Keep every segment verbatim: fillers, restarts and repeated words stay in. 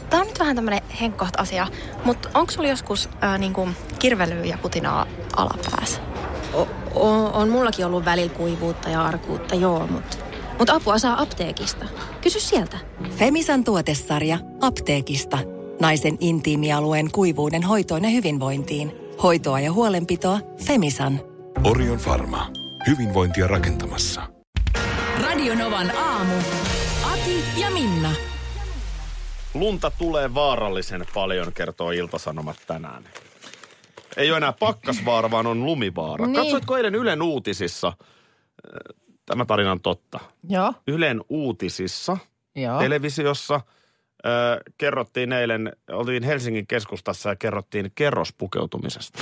Tämä on nyt vähän tämmöinen henkkoht asia, mutta onko sulla joskus ää, niinku kirvelyä ja putinaa alapäässä? O- o- on mullakin ollut välillä kuivuutta ja arkuutta, joo, mutta mut apua saa apteekista. Kysy sieltä. Femisan tuotesarja apteekista. Naisen intiimialueen kuivuuden hoitoon ja hyvinvointiin. Hoitoa ja huolenpitoa Femisan. Orion Pharma. Hyvinvointia rakentamassa. Radionovan aamu. Ati ja Minna. Lunta tulee vaarallisen paljon, kertoo Ilta-Sanomat tänään. Ei ole enää pakkasvaara, vaan on lumivaara. Niin. Katsoitko eilen Ylen uutisissa, tämä tarina on totta. Joo. Ylen uutisissa, Joo. televisiossa, äh, kerrottiin eilen, oltiin Helsingin keskustassa ja kerrottiin kerrospukeutumisesta.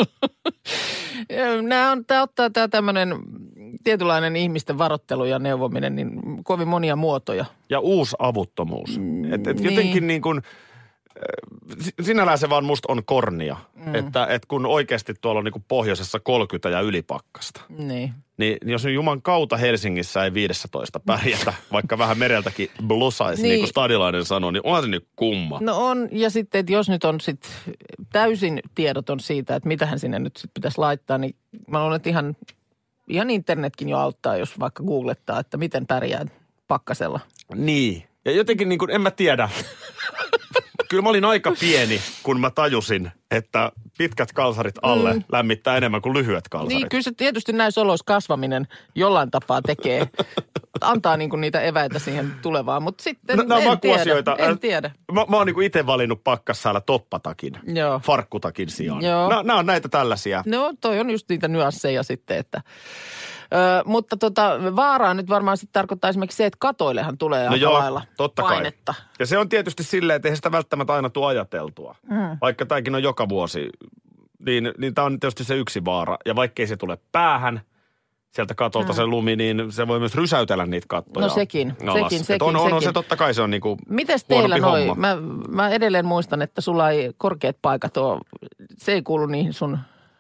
Nämä on, tämä ottaa tämä tämmöinen tietynlainen ihmisten varoittelu ja neuvominen, niin kovin monia muotoja. Ja uusi avuttomuus. Mm, et, et niin. jotenkin niin kuin, sinällään se vaan musta on kornia. Mm. Että et kun oikeasti tuolla on niin kuin pohjoisessa kolmekymmentä ja ylipakkasta. Niin. Niin jos nyt juman kautta Helsingissä ei viisitoista pärjätä, vaikka vähän mereltäkin blusaisi, niin, niin kuin Stadilainen sanoi, niin onhan se nyt kumma. No on, ja sitten, että jos nyt on sitten täysin tiedoton siitä, että mitähän sinne nyt sitten pitäisi laittaa, niin mä luulen, että ihan, ihan internetkin jo auttaa, jos vaikka googlettaa, että miten pärjää pakkasella. Niin, ja jotenkin niin kuin, en mä tiedä. Kyllä mä olin aika pieni, kun mä tajusin, että pitkät kalsarit alle mm. lämmittää enemmän kuin lyhyet kalsarit. Niin, kyllä se tietysti näissä oloissa kasvaminen jollain tapaa tekee, antaa niinku niitä eväitä siihen tulevaan, mutta sitten no, en tiedä, en äh, tiedä. Mä, mä oon niinku itse valinnut pakkassäällä toppatakin, Joo. farkkutakin sijaan. Joo. Nämä on näitä tällaisia. No toi on just niitä nyansseja sitten, että... Ö, mutta tota, vaaraa nyt varmaan sitten tarkoittaa esimerkiksi se, että katoillehan tulee no aika joo, lailla totta painetta. Kai. Ja se on tietysti silleen, että eihän sitä välttämättä aina tule ajateltua. Mm. Vaikka tämäkin on joka vuosi, niin, niin tämä on tietysti se yksi vaara. Ja vaikkei se tule päähän, sieltä katolta mm. se lumi, niin se voi myös rysäytellä niitä kattoja. No sekin, alas. sekin, sekin. On, on, on sekin. se totta kai se on niinku mites teillä huonompi noi? homma. Mä, mä edelleen muistan, että sulla ei korkeat paikat ole, se ei kuulu niihin sun,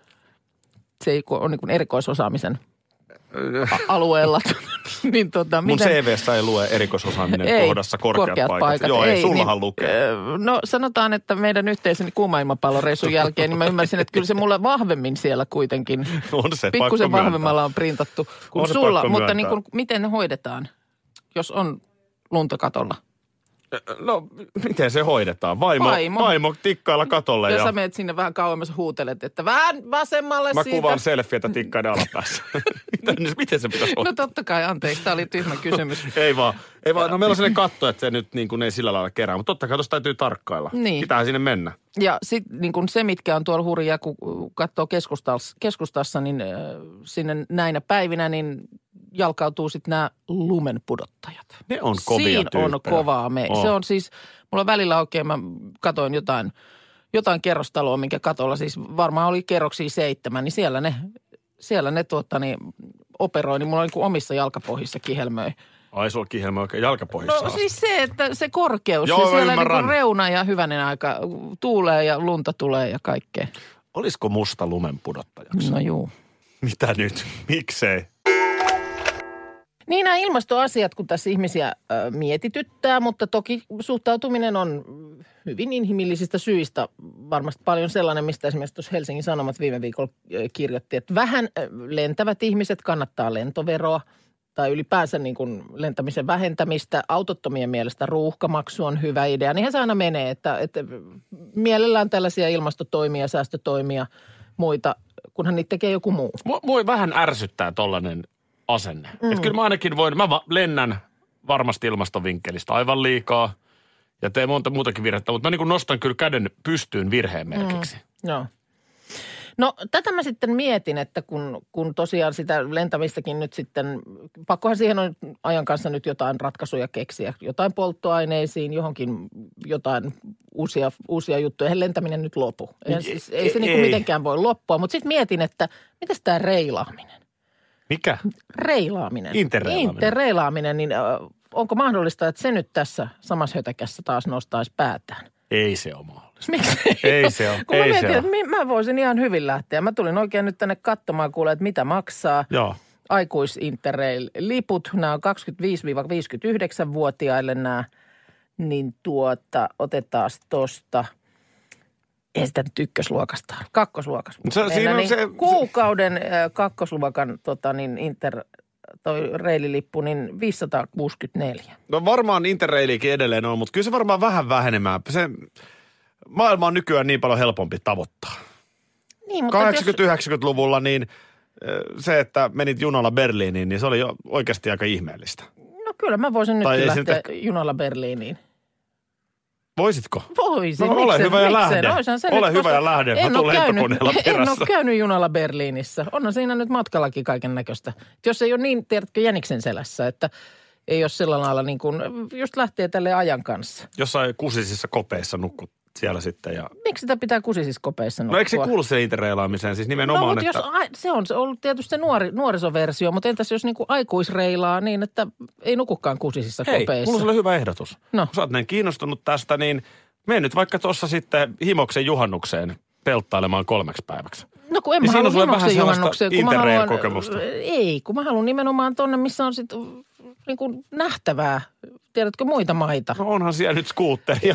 se ei ole niin kuin erikoisosaamisen alueella. niin tota, Mun miten... C V:ssä ei lue erikoisosaaminen ei, kohdassa korkeat, korkeat paikat. paikat. Joo, ei, ei sullahan niin, lukee. No sanotaan, että meidän yhteisen kuumailmapalloreissun jälkeen, niin mä ymmärsin, että kyllä se mulle vahvemmin siellä kuitenkin. On se, pikkusen vahvemmalla on printattu kuin on sulla. Mutta niin kuin, miten ne hoidetaan, jos on lunta katolla? No, miten se hoidetaan? Vaimo, vaimo. vaimo tikkailla katolle. Ja, ja sä menet sinne vähän kauemmas huutelet, että vähän vasemmalle mä siitä. Mä kuvaan selfietä tikkaiden alapäässä. miten, miten se pitäisi hoitaa? No totta kai, anteeksi, tää oli tyhmä kysymys. ei vaan, ei vaan. No meillä on sellainen katto, että se nyt niin kuin ei sillä lailla kerää. Mutta totta kai tuossa täytyy tarkkailla. Niin. Pitäähän sinne mennä. Ja sitten niin kuin se, mitkä on tuolla hurjaa, kun katsoo keskustassa, keskustassa, niin äh, sinne näinä päivinä, niin jalkautuu sitten nämä lumenpudottajat. Ne on kovia Siinä tyyppejä. on kovaa me. Oh. Se on siis, mulla välillä oikein, mä katoin jotain, jotain kerrostaloa, minkä katolla siis varmaan oli kerroksia seitsemän, niin siellä ne, siellä ne tuota, niin, operoi, niin mulla on niin kuin omissa jalkapohjissa kihelmöi. Ai, sulla kihelmöi oikein jalkapohjissa. No siis se, että se korkeus, Joo, ja siellä niin kuin reuna ja hyvänen aika tuulee ja lunta tulee ja kaikkea. Olisiko musta lumenpudottajaksi? No juu. Mitä nyt? Miksei? Niin nämä ilmastoasiat, kun tässä ihmisiä ö, mietityttää, mutta toki suhtautuminen on hyvin inhimillisistä syistä varmasti paljon sellainen, mistä esimerkiksi tuossa Helsingin Sanomat viime viikolla kirjoitti, että vähän lentävät ihmiset kannattaa lentoveroa tai ylipäänsä niin kuin lentämisen vähentämistä. Autottomien mielestä ruuhkamaksu on hyvä idea. Niinhän se aina menee, että, että mielellään tällaisia ilmastotoimia, säästötoimia, muita, kunhan niitä tekee joku muu. Voi vähän ärsyttää tollainen asenne. Mm. Että kyllä mä ainakin voin, mä va- lennän varmasti ilmastovinkkelistä aivan liikaa ja teen monta muutakin virhettä, mutta mä niin kuin nostan kyllä käden pystyyn virheen merkiksi. Mm. Joo. No tätä mä sitten mietin, että kun, kun tosiaan sitä lentämistäkin nyt sitten, pakkohan siihen on ajan kanssa nyt jotain ratkaisuja keksiä, jotain polttoaineisiin, johonkin jotain uusia, uusia juttuja. Eihän lentäminen nyt lopu. Eihän, siis, ei se ei. Niin kuin mitenkään voi loppua, mutta sitten mietin, että mitäs tämä reilaaminen? Mikä? Reilaaminen. Interreilaaminen. Interreilaaminen, niin äh, onko mahdollista, että se nyt tässä samassa hötäkässä taas nostaisi päätään? Ei se ole mahdollista. Miksi? Ei se ole. Kun ei mä mietin, se että mä voisin ihan hyvin lähteä. Mä tulin oikein nyt tänne katsomaan, kuulee, että mitä maksaa. Joo. Aikuisinterrail-liput. Nämä on kaksikymmentäviisi viisikymmentäyhdeksän-vuotiaille nämä. niin tuota, otetaan tosta, ei sitä nyt ykkösluokasta, kakkosluokasta. Se, siinä on niin se, kuukauden äh, kakkosluokan tota, niin inter, toi reililippu, niin viisisataakuusikymmentäneljä. No varmaan Interrailikin edelleen on, mutta kyllä se varmaan vähän vähenemään. Se maailma on nykyään niin paljon helpompi tavoittaa. Niin, mutta kahdeksankymmentä-yhdeksänkymmentäluvulla niin se, että menit junalla Berliiniin, niin se oli jo oikeasti aika ihmeellistä. No kyllä mä voisin Tai nyt lähteä sitä... junalla Berliiniin. Voisitko? Voisin. No ole miksen, hyvä ja miksen? lähde. Se ole nyt, hyvä ja lähde. Mä tulen lentokoneella perässä. En ole käynyt junalla Berliinissä. Onhan siinä nyt matkallakin kaiken näköistä. Jos ei ole niin, tiedätkö, jäniksen selässä, että ei ole sillä lailla niin kuin, just lähtee tälle ajan kanssa. Jossain kusisissa kopeissa nukkut siellä sitten. Ja... Miksi sitä pitää kusisissa kopeissa nukkua? No eikö se kuulu se interreilaamiseen? Siis nimenomaan, no, mutta että... jos, se on ollut tietysti se nuori, nuorisoversio, mutta entäs jos niinku aikuisreilaa niin, että ei nukukaan kusisissa Hei, kopeissa? Hei, mulla on sulle hyvä ehdotus. No. Kun sä oot näin kiinnostunut tästä, niin mene nyt vaikka tuossa sitten Himoksen juhannukseen pelttailemaan kolmeksi päiväksi. No kun en niin mä halua Himoksen juhannukseen, kun mä haluan... kokemusta. Ei, kun mä haluan nimenomaan tonne, missä on sitten niin kuin nähtävää. Tiedätkö muita maita? No onhan siellä nyt skuutteria.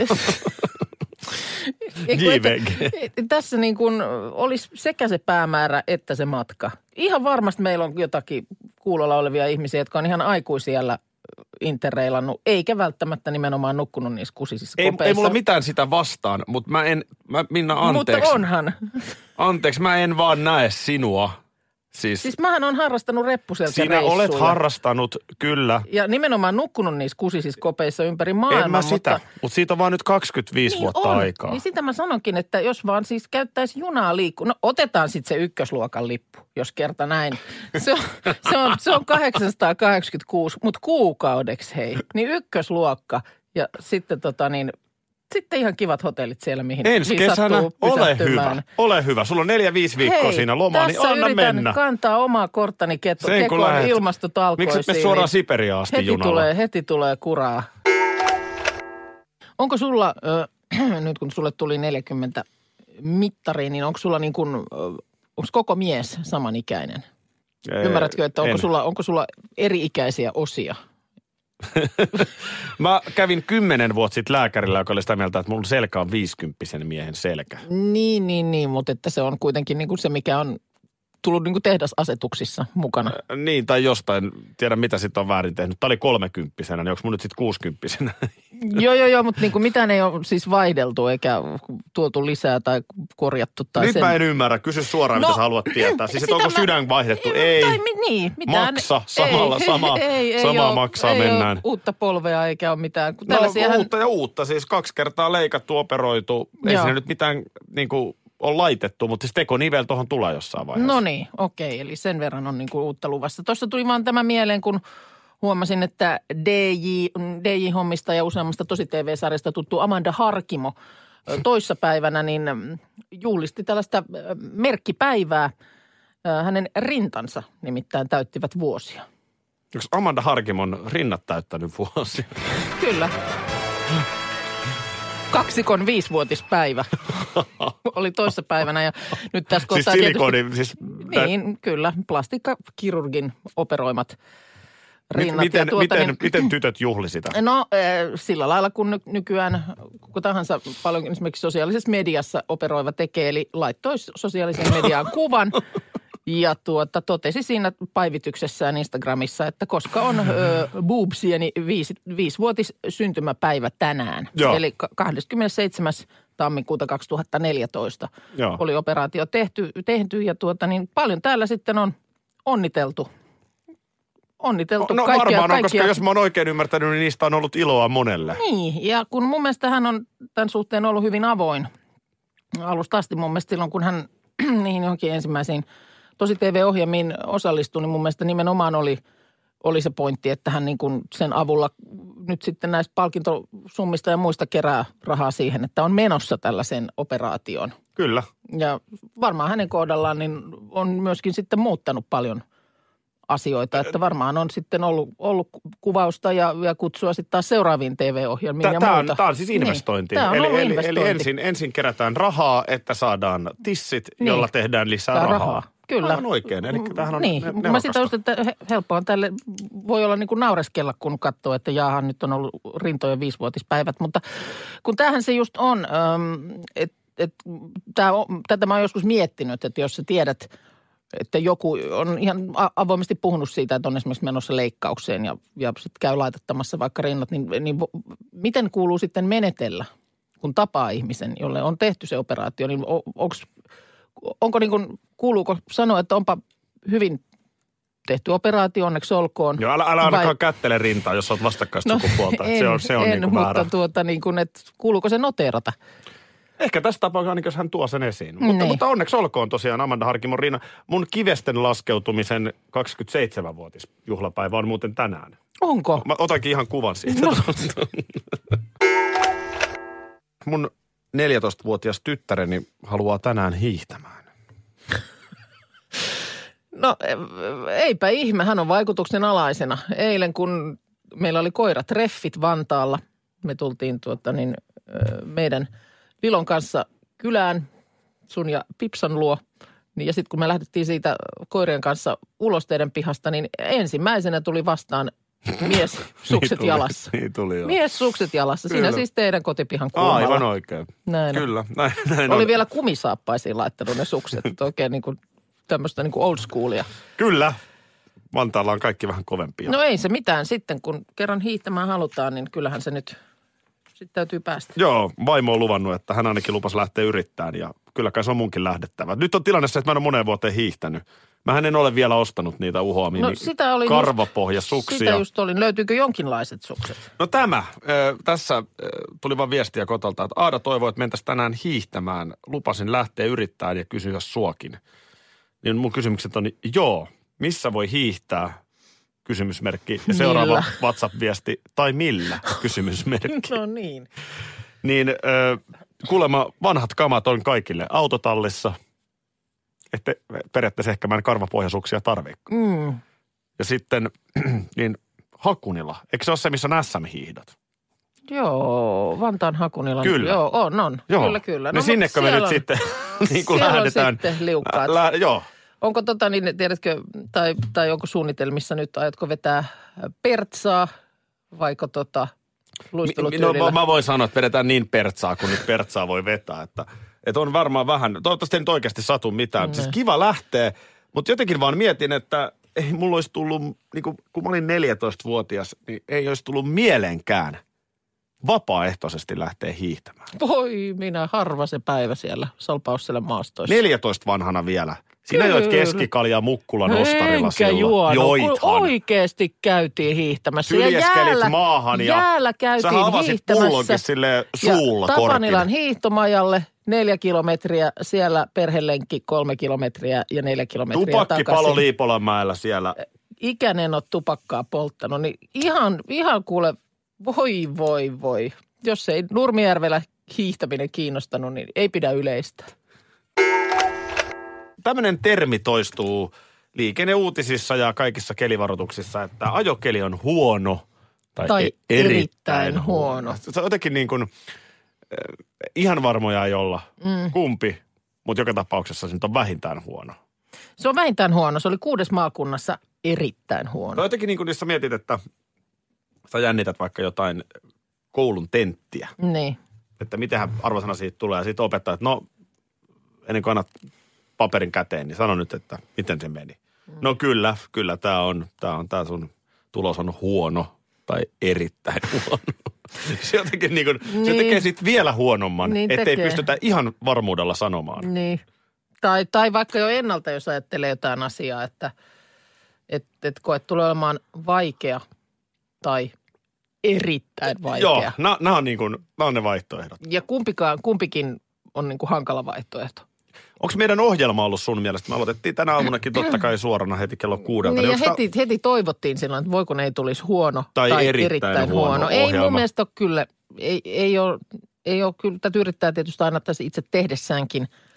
Tässä niin kuin olisi sekä se päämäärä että se matka. Ihan varmasti meillä on jotakin kuulolla olevia ihmisiä, jotka on ihan aikuisiellä interreilannut, eikä välttämättä nimenomaan nukkunut niissä kusisissa ei, kopeissa. Ei mulla mitään sitä vastaan, mutta mä en, mä, Minna anteeksi. Mutta onhan. Anteeksi, mä en vaan näe sinua. Siis, siis mähän on harrastanut reppuselta Sinä reissuja. olet harrastanut, kyllä. Ja nimenomaan nukkunut niissä kusisissa kopeissa ympäri maailmaa. En mä sitä, mutta, mutta siitä on vaan nyt kaksikymmentäviisi niin vuotta on. aikaa. Niin sitä mä sanonkin, että jos vaan siis käyttäisi junaa liikkua. No otetaan sitten se ykkösluokan lippu, jos kerta näin. Se on, se on, se on kahdeksansataakahdeksankymmentäkuusi, mutta kuukaudeksi hei. Niin ykkösluokka ja sitten tota niin... Sitten ihan kivat hotellit siellä, mihin ensi kesänä ole hyvä, ole hyvä. Sulla on neljä, viisi viikkoa Hei, siinä lomaa, niin anna yritän mennä. Kantaa omaa korttani keto, kekoon ilmastotalkoisiin. Miksi et suoraan Siperiaan asti heti junalla? Tulee, heti tulee kuraa. Onko sulla, äh, nyt kun sulle tuli neljäkymmentä mittariin, niin onko sulla niin kuin, äh, onko koko mies samanikäinen? Ee, Ymmärrätkö, että onko sulla, onko sulla eri-ikäisiä osia? Mä kävin kymmenen vuotta sitten lääkärillä, joka oli sitä mieltä, että mun selkä on viisikymppisen miehen selkä. Niin, niin, niin, mutta että se on kuitenkin niin kuin se, mikä on tullut niin kuin tehdasasetuksissa mukana. Äh, niin, tai jostain, tiedä mitä sitten on väärin tehnyt. Tämä oli kolmekymppisenä, niin onko mun nyt sitten kuusikymppisenä? joo, joo, joo, mutta niin kuin mitään ei ole siis vaihdeltu eikä tuotu lisää tai korjattu. Tai nyt sen... mä en ymmärrä. Kysy suoraan, no, mitä sä haluat tietää. Siis, että onko mä... sydän vaihdettu? Ei. Tai, niin, mitään. Maksa. Samalla, ei, sama, ei, ei, samaa ei maksaa ei mennään. Ole uutta polvea eikä ole mitään. No tällaisiahan... uutta ja uutta. Siis kaksi kertaa leikattu, operoitu. Ei siinä nyt mitään niin kuin... on laitettu, mutta siis tekonivel tuohon tulee jossain vaiheessa. No niin, okei. Eli sen verran on niin kuin uutta luvassa. Tuossa tuli vaan tämä mieleen, kun huomasin, että D J, D J-hommista ja useammasta tosi T V-sarjasta tuttu Amanda Harkimo toissapäivänä niin juhlisti tällaista merkkipäivää. Hänen rintansa nimittäin täyttivät vuosia. Onko Amanda Harkimon rinnat täyttänyt vuosia? Kyllä. Kaksikon viisivuotispäivä oli toissa päivänä ja nyt tässä kohtaa siis silikoni, siis... Niin, kyllä. Plastikkakirurgin operoimat rinnat. Miten, tuota, miten, niin, miten tytöt juhli sitä? No sillä lailla, kun nykyään kuka tahansa paljon esimerkiksi sosiaalisessa mediassa operoiva tekee, eli laittoi sosiaaliseen mediaan kuvan. Ja tuota, totesi siinä päivityksessään Instagramissa, että koska on ö, boobsieni viisi, viisivuotis syntymäpäivä tänään. Joo. Eli kahdeskymmenesseitsemäs tammikuuta kaksituhattaneljätoista Joo. oli operaatio tehty, tehty ja tuota, niin paljon täällä sitten on onniteltu. Onniteltu no, kaikkia. varmaan on, kaikkia. Koska jos mä oon oikein ymmärtänyt, niin niistä on ollut iloa monelle. Niin, ja kun mun mielestä hän on tämän suhteen ollut hyvin avoin alusta asti mun mielestä silloin, kun hän niihin johonkin ensimmäisiin tosi T V-ohjelmiin osallistui, niin mun mielestä nimenomaan oli, oli se pointti, että hän niin kuin sen avulla nyt sitten näistä palkintosummista ja muista kerää rahaa siihen, että on menossa tällaisen operaation. Kyllä. Ja varmaan hänen kohdallaan niin on myöskin sitten muuttanut paljon asioita, että varmaan on sitten ollut, ollut kuvausta ja, ja kutsua sitten taas seuraaviin T V-ohjelmiin Tämä, ja tämä, muuta. on, tämä on siis investointi. Niin, tämä on eli, ollut eli, investointi. eli ensin, ensin kerätään rahaa, että saadaan tissit, Niin. jolla tehdään lisää Tämä rahaa. rahaa. Kyllä. Tämä on oikein, eli tämähän on Niin, ne, mä sitä just, että he- helppoa on tälle, voi olla niin kuin naureskella, kun katsoo, että jaahan nyt on ollut rintojen viisivuotispäivät, mutta kun tämähän se just on, että et, tää on, tätä mä oon joskus miettinyt, että jos sä tiedät, että joku on ihan avoimesti puhunut siitä, että on esimerkiksi menossa leikkaukseen ja, ja sitten käy laitettamassa vaikka rinnat, niin, niin miten kuuluu sitten menetellä, kun tapaa ihmisen, jolle on tehty se operaatio, niin on, onks, onko niin kuin, kuuluuko sanoa, että onpa hyvin tehty operaatio, onneksi olkoon. Joo, älä, älä ainakaan Vai... kättele rintaa, jos olet vastakkaista No, sukupuolta. en, se on, se on en, niin kuin mutta väärä. tuota niin kuin, että kuuluuko se noteerata? Ehkä tässä tapauksessa ainakin, jos hän tuo sen esiin. Mutta, Niin. mutta onneksi olkoon tosiaan Amanda Harkimon Riina. Mun kivesten laskeutumisen kaksikymmentäseitsemänvuotisjuhlapäivä on muuten tänään. Onko? Mä otankin ihan kuvan siitä. No. Mun neljätoistavuotias tyttäreni haluaa tänään hiihtämään. No eipä ihme, hän on vaikutuksen alaisena. Eilen kun meillä oli koiratreffit Vantaalla, me tultiin tuota niin, meidän Lilon kanssa kylään sun ja Pipsan luo. Niin ja sitten kun me lähdettiin siitä koirien kanssa ulos teidän pihasta, niin ensimmäisenä tuli vastaan mies sukset Niin tuli, jalassa. Niin tuli joo. Mies sukset jalassa. Siinä Kyllä. siis teidän kotipihan kulmalla. Aivan oikein. Näin on. Kyllä, näin, näin Oli on. vielä kumisaappaisiin laittanut ne sukset. Että oikein niin kuin tämmöistä niin kuin old schoolia. Kyllä. Vantaalla on kaikki vähän kovempia. No ei se mitään. Sitten kun kerran hiihtämään halutaan, niin kyllähän se nyt sitten täytyy päästä. Joo, vaimo on luvannut, että hän ainakin lupasi lähteä yrittämään ja kyllä kai se on munkin lähdettävä. Nyt on tilanne se, että mä en ole moneen vuoteen hiihtänyt. Mähän en ole vielä ostanut niitä uhoamia No sitä oli karvapohjasuksia. Sitä just olin. Löytyykö jonkinlaiset sukset? No tämä, äh, tässä äh, tuli vaan viestiä kotolta, että Aada toivoi, että mentäisiin tänään hiihtämään. Lupasin lähteä yrittämään ja kysyä suakin. Niin mun kysymykset on, joo, missä voi hiihtää? Kysymysmerkki. Ja seuraava Millä? WhatsApp-viesti, tai millä? Kysymysmerkki. No niin. Niin äh, kuulemma vanhat kamat on kaikille autotallissa. Että periaatteessa ehkä mä en karvapohjasuksia tarvitse. Mm. Ja sitten, niin Hakunila. Eikö se ole se, missä on äs äm-hiihdot? Joo, Vantaan Hakunilla. Kyllä. Joo, on, on. Joo. Kyllä, kyllä. No, niin mut sinnekö me siellä nyt on- sitten niin kuin siellä on lähdetään? sitten liukkaat. Lä, joo. Onko tota niin, tiedätkö, tai, tai onko suunnitelmissa nyt, aiotko vetää pertsaa, vaiko tota Mi- luistelutyylillä? No, mä voin sanoa, että vedetään niin pertsaa, kun nyt pertsaa voi vetää. Että, että on varmaan vähän, toivottavasti ei nyt oikeasti satu mitään. Ne. Siis kiva lähteä, mutta jotenkin vaan mietin, että ei mulla olisi tullut, niin kuin, kun mä olin neljätoistavuotias, niin ei olisi tullut mieleenkään vapaaehtoisesti lähteä hiihtämään. Voi minä, harva se päivä siellä Salpausselle maastoissa. neljätoista vanhana vielä. Sinä Kyllä. joit keskikaljaa Mukkulan ostarilla Enkä silloin. juonut, kun Joithan. oikeasti käytiin hiihtämässä. Kyljeskelit maahan ja jäällä käytiin sä avasit hiihtämässä. pullonkin silleen suulla ja Tapanilan korkin. hiihtomajalle neljä kilometriä, siellä perhelenkki kolme kilometriä ja neljä kilometriä Tupakki takaisin. palo Liipolanmäellä siellä. Ikäinen on tupakkaa polttanut, niin ihan, ihan kuule, voi voi voi. Jos ei Nurmijärvellä hiihtäminen kiinnostanut, niin ei pidä yleistää. Tämmöinen termi toistuu liikenneuutisissa ja kaikissa kelivaroituksissa, että ajokeli on huono tai, Tai e- erittäin, erittäin huono. Se on jotenkin niin kuin, äh, ihan varmoja ei olla mm. kumpi, mutta joka tapauksessa se nyt on vähintään huono. Se on vähintään huono. Se oli kuudes maakunnassa erittäin huono. No jotenkin niin kuin jos sä mietit, että sä jännität vaikka jotain koulun tenttiä, Niin. että mitenhän arvosana siitä tulee ja sitten opettaa, että no ennen kuin annat paperin käteen, niin sano nyt, että miten se meni. Mm. No kyllä, kyllä tämä on, tämä on, tämä sun tulos on huono tai erittäin huono. Se jotenkin niin kuin, niin. se Niin. tekee sitten vielä huonomman, Niin ettei tekee. pystytä ihan varmuudella sanomaan. Niin. Tai, tai vaikka jo ennalta, jos ajattelee jotain asiaa, että et, et koe tulee olemaan vaikea tai erittäin vaikea. Joo, nämä on, niin kuin, nämä on ne vaihtoehdot. Ja kumpikaan, kumpikin on niin kuin hankala vaihtoehto. Onko meidän ohjelma ollut sun mielestä? Me aloitettiin tänä aamunakin totta kai suorana heti kello kuudelta. Niin ja onks tää- heti, heti toivottiin silloin, että voi kun ei tulisi huono Tai tai, erittäin erittäin, huono huono. Ei ohjelma. mun mielestä ole kyllä, ei, ei ole, ei ole kyllä, täytyy yrittää tietysti aina tässä itse tehdessäänkin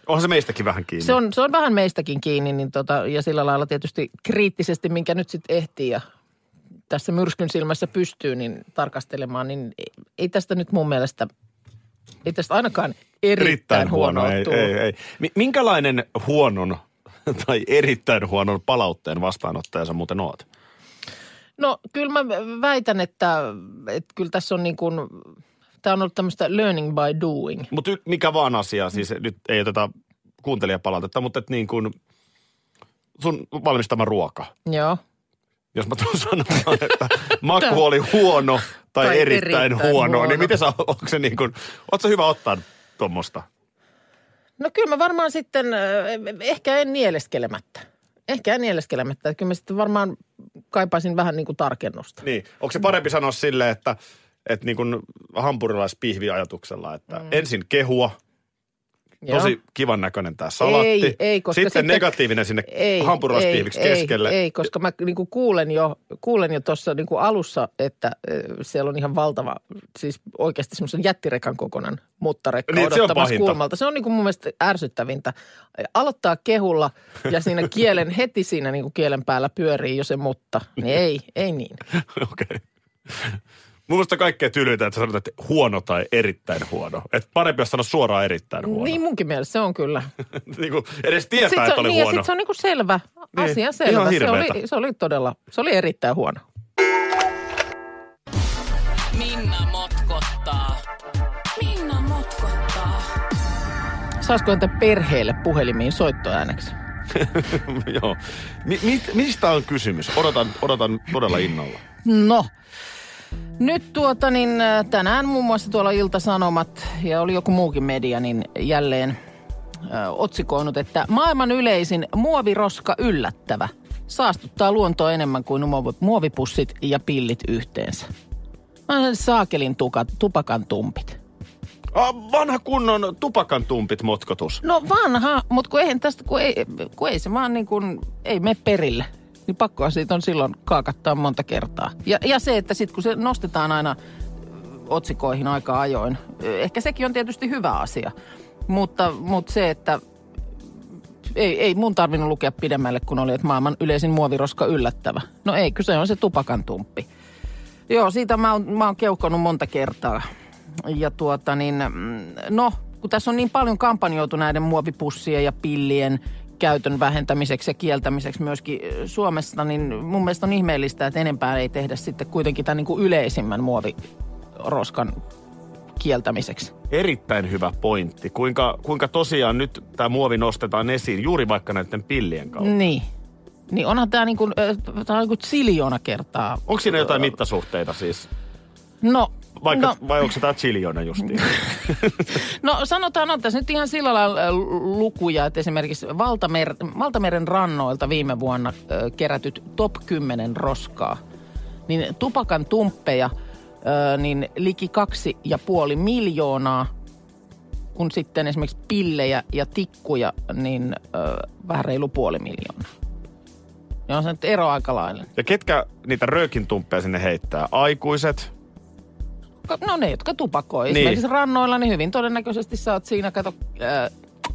Onhan se meistäkin vähän kiinni. Se on, se on vähän meistäkin kiinni niin tota, ja sillä lailla tietysti kriittisesti, minkä nyt sitten ehtii ja tässä myrskyn silmässä pystyy niin tarkastelemaan, niin ei, ei tästä nyt mun mielestä, ei tästä ainakaan erittäin, erittäin huono, huono ei, ei, ei. Minkälainen huonon tai erittäin huonon palautteen vastaanottajansa muuten oot? No kyllä mä väitän, että, että kyllä tässä on niin kuin, tämä on ollut tämmöistä learning by doing. Mutta mikä vaan asia, siis mm. nyt ei oteta kuuntelijapalautetta, mutta että niin kuin sun valmistama ruoka. Joo. Jos mä tulen sanomaan, että maku oli huono tai, tai erittäin, erittäin huono, huono, niin miten sä, onko se niin kuin, ootko sä hyvä ottaa tuommoista? No kyllä mä varmaan sitten, ehkä en nieleskelemättä. Ehkä en nieleskelemättä, että kyllä mä sitten varmaan kaipaisin vähän niin kuin tarkennusta. Niin, onko se parempi sanoa silleen, että, että niin kuin hampurilaispihviajatuksella, että mm. ensin kehua, tosi Joo. kivan näköinen tämä salatti. Ei, ei, koska sitten, sitten negatiivinen sinne hampurilaispihviksi keskelle. Ei, ei, koska mä niin kuin kuulen jo, kuulen jo tuossa niin kuin alussa, että äh, siellä on ihan valtava, siis oikeasti semmoisen jättirekan kokonan muttarekka niin, odottamassa kulmalta. Se on niin kuin mun mielestä ärsyttävintä. Aloittaa kehulla ja siinä kielen, heti siinä niin kuin kielen päällä pyörii jo se mutta. Niin ei, ei niin. Okei. Okay. Mun mielestä kaikkea tylyitä, että sanotaan, että huono tai erittäin huono. Että parempi jos sanoa suoraan erittäin huono. Niin munkin mielestä se on kyllä. niin kuin edes tietää, että on, oli niin, huono. Ja sitten se on niin kuin selvä, asia niin, selvä. Se oli, se oli todella, se oli erittäin huono. Minna motkottaa. Minna motkottaa. Saisiko entä perheelle puhelimiin soittoääneksi? Joo. Mi- mi- mistä on kysymys? Odotan, odotan todella innolla. No. Nyt tuota niin tänään muun muassa tuolla Ilta-Sanomat ja oli joku muukin media niin jälleen ö, otsikoinut, että maailman yleisin muoviroska yllättävä. Saastuttaa luontoa enemmän kuin muovipussit ja pillit yhteensä. Saakelin tuka, tupakan tumpit. Ah, vanha kunnon tupakan tumpit motkotus. No vanha, mutta kun eihän tästä, kun ei, kun ei se vaan niin kuin, ei mene perille. Niin pakkoa siitä on silloin kaakattaa monta kertaa. Ja, ja se, että sitten kun se nostetaan aina otsikoihin aika ajoin, ehkä sekin on tietysti hyvä asia. Mutta, mutta se, että ei, ei mun tarvinnut lukea pidemmälle, kun oli, että maailman yleisin muoviroska yllättävä. No ei, kyse on se tupakan tumppi. Joo, siitä mä oon, mä oon keuhkonut monta kertaa. Ja tuota niin, no, kun tässä on niin paljon kampanjoitu näiden muovipussien ja pillien käytön vähentämiseksi ja kieltämiseksi myöskin Suomessa, niin mun mielestä on ihmeellistä, että enempää ei tehdä sitten kuitenkin tämän niin kuin yleisimmän muoviroskan kieltämiseksi. Erittäin hyvä pointti. Kuinka, kuinka tosiaan nyt tämä muovi nostetaan esiin juuri vaikka näiden pillien kautta? Niin. Niin onhan tämä niin kuin, tämä on niin kuin ziljoona kertaa. Onko siinä jotain mittasuhteita siis? No. Vaikka, no, vai onko se tämä ziljoona justiin? No sanotaan, on tässä nyt ihan sillä lailla lukuja, että esimerkiksi Valtamer, Valtameren rannoilta viime vuonna ö, kerätyt top kymmenen roskaa, niin tupakan tumppeja ö, niin liki kaksi ja puoli miljoonaa, kun sitten esimerkiksi pillejä ja tikkuja, niin ö, vähän reilu puoli miljoonaa. Ja on se nyt ero aika lailla. Ja ketkä niitä röökintumppeja sinne heittää? Aikuiset? No ne, jotka tupakoi. Niin. Esimerkiksi rannoilla, niin hyvin todennäköisesti sä oot siinä, kato, äh,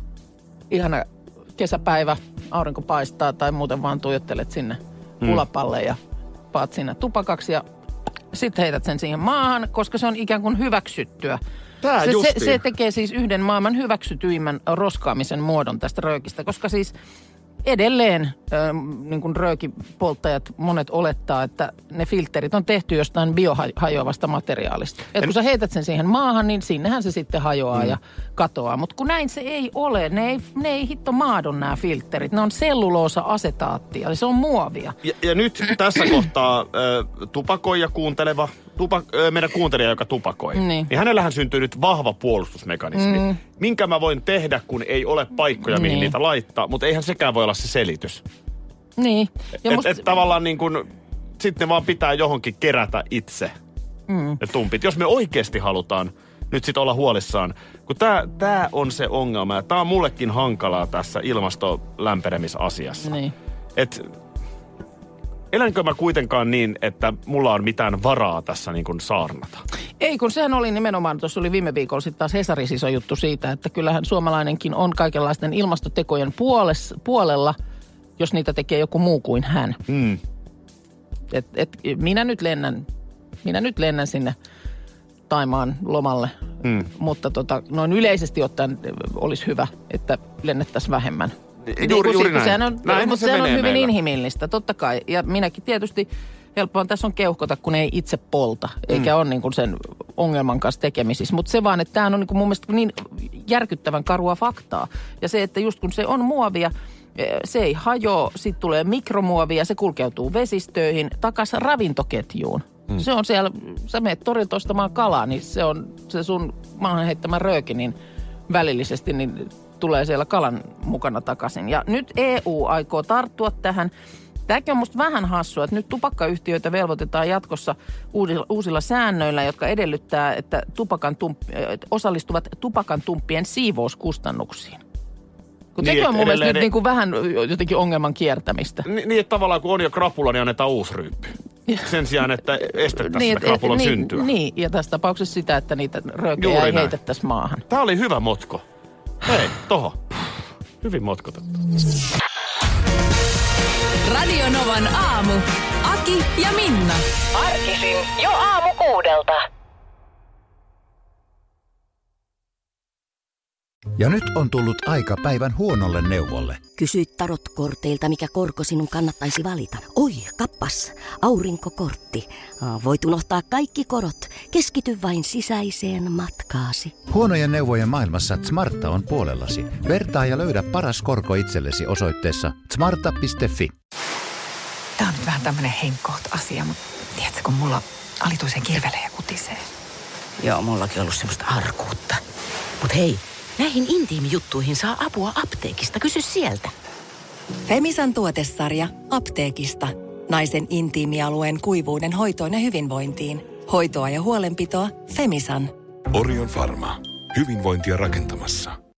ihana kesäpäivä, aurinko paistaa tai muuten vaan tuijottelet sinne hmm. ulapalle ja paat sinne tupakaksi ja sitten heität sen siihen maahan, koska se on ikään kuin hyväksyttyä. Tää se, justiin. se, se tekee siis yhden maailman hyväksytyimmän roskaamisen muodon tästä röökistä, koska siis edelleen äh, niin kuin röökipolttajat monet olettaa, että ne filterit on tehty jostain biohajoavasta materiaalista. Et kun sä heität sen siihen maahan, niin sinnehän se sitten hajoaa mm. ja katoaa. Mutta kun näin se ei ole, ne ei, ne ei hitto maadu nämä filterit. Ne on selluloosa-asetaattia, eli se on muovia. Ja, ja nyt tässä kohtaa äh, tupakoija kuunteleva, tupa, äh, meidän kuuntelija, joka tupakoi, niin. niin hänellähän syntyy nyt vahva puolustusmekanismi. Mm. Minkä mä voin tehdä, kun ei ole paikkoja, mihin niin. niitä laittaa, mutta eihän sekään voi olla se selitys. Niin. Ja et, musta... et tavallaan niin kuin, sitten vaan pitää johonkin kerätä itse mm. ne tumpit. Jos me oikeasti halutaan nyt sitten olla huolissaan, kun tää, tää on se ongelma ja tää on mullekin hankalaa tässä ilmastolämpenemisasiassa. Niin. Et elänkö mä kuitenkaan niin, että mulla on mitään varaa tässä niin kuin saarnata? Ei, kun sehän oli nimenomaan, tuossa oli viime viikolla sitten taas Hesaris iso juttu siitä, että kyllähän suomalainenkin on kaikenlaisten ilmastotekojen puolessa, puolella, jos niitä tekee joku muu kuin hän. Mm. Et, et, minä nyt lennän, minä nyt lennän sinne Taimaan lomalle, mm. mutta tota, noin yleisesti ottaen olisi hyvä, että lennettäisiin vähemmän. Juuri, juuri näin. Sehän on, näin mutta se sehän on hyvin meillä. Inhimillistä, totta kai. Ja minäkin tietysti, helppoa tässä on keuhkota, kun ei itse polta, eikä mm. ole niin kuin sen ongelman kanssa tekemisissä. Mutta se vaan, että tämä on niin kuin mun mielestä niin järkyttävän karua faktaa. Ja se, että just kun se on muovia, se ei hajoa, sitten tulee mikromuovia, se kulkeutuu vesistöihin, takaisin ravintoketjuun. Mm. Se on siellä, sä meet torilta ostamaan kalaa, niin se on se sun maahan heittämä rööki, niin välillisesti niin tulee siellä kalan mukana takaisin. Ja nyt E U aikoo tarttua tähän. Tämäkin on musta vähän hassua, että nyt tupakkayhtiöitä velvoitetaan jatkossa uusilla, uusilla säännöillä, jotka edellyttää, että tupakan tump, osallistuvat tupakantumppien siivouskustannuksiin. Kun niin, sekin on mun mielestä nyt niin kuin vähän jotenkin ongelman kiertämistä. Ni, niin, että tavallaan kun on jo krapula, niin annetaan uusi ryyppy. Sen sijaan, että estettäisiin niin, sitä krapulan niin, syntyä. Niin, ja tässä tapauksessa sitä, että niitä röökejä ei heitettäisi maahan. Tämä oli hyvä motko. Hei, toho. Hyvin motkotettu. Radio Novan aamu. Aki ja Minna. Arkisin jo aamu kuudelta. Ja nyt on tullut aika päivän huonolle neuvolle. Kysy tarotkorteilta, mikä korko sinun kannattaisi valita. Oi, kappas, aurinkokortti. Voit unohtaa kaikki korot. Keskity vain sisäiseen matkaasi. Huonojen neuvojen maailmassa Smarta on puolellasi. Vertaa ja löydä paras korko itsellesi osoitteessa smarta piste fi. Tämä on nyt vähän tämmöinen henkkoht-asia, mutta tiedätkö, kun mulla alituisen kirvelee ja kutisee. Joo, mullakin ollut semmoista arkuutta. Mut hei, näihin intiimijuttuihin saa apua apteekista. Kysy sieltä. Femisan tuotesarja apteekista. Naisen intiimialueen kuivuuden hoitoon ja hyvinvointiin. Hoitoa ja huolenpitoa Femisan. Orion Pharma. Hyvinvointia rakentamassa.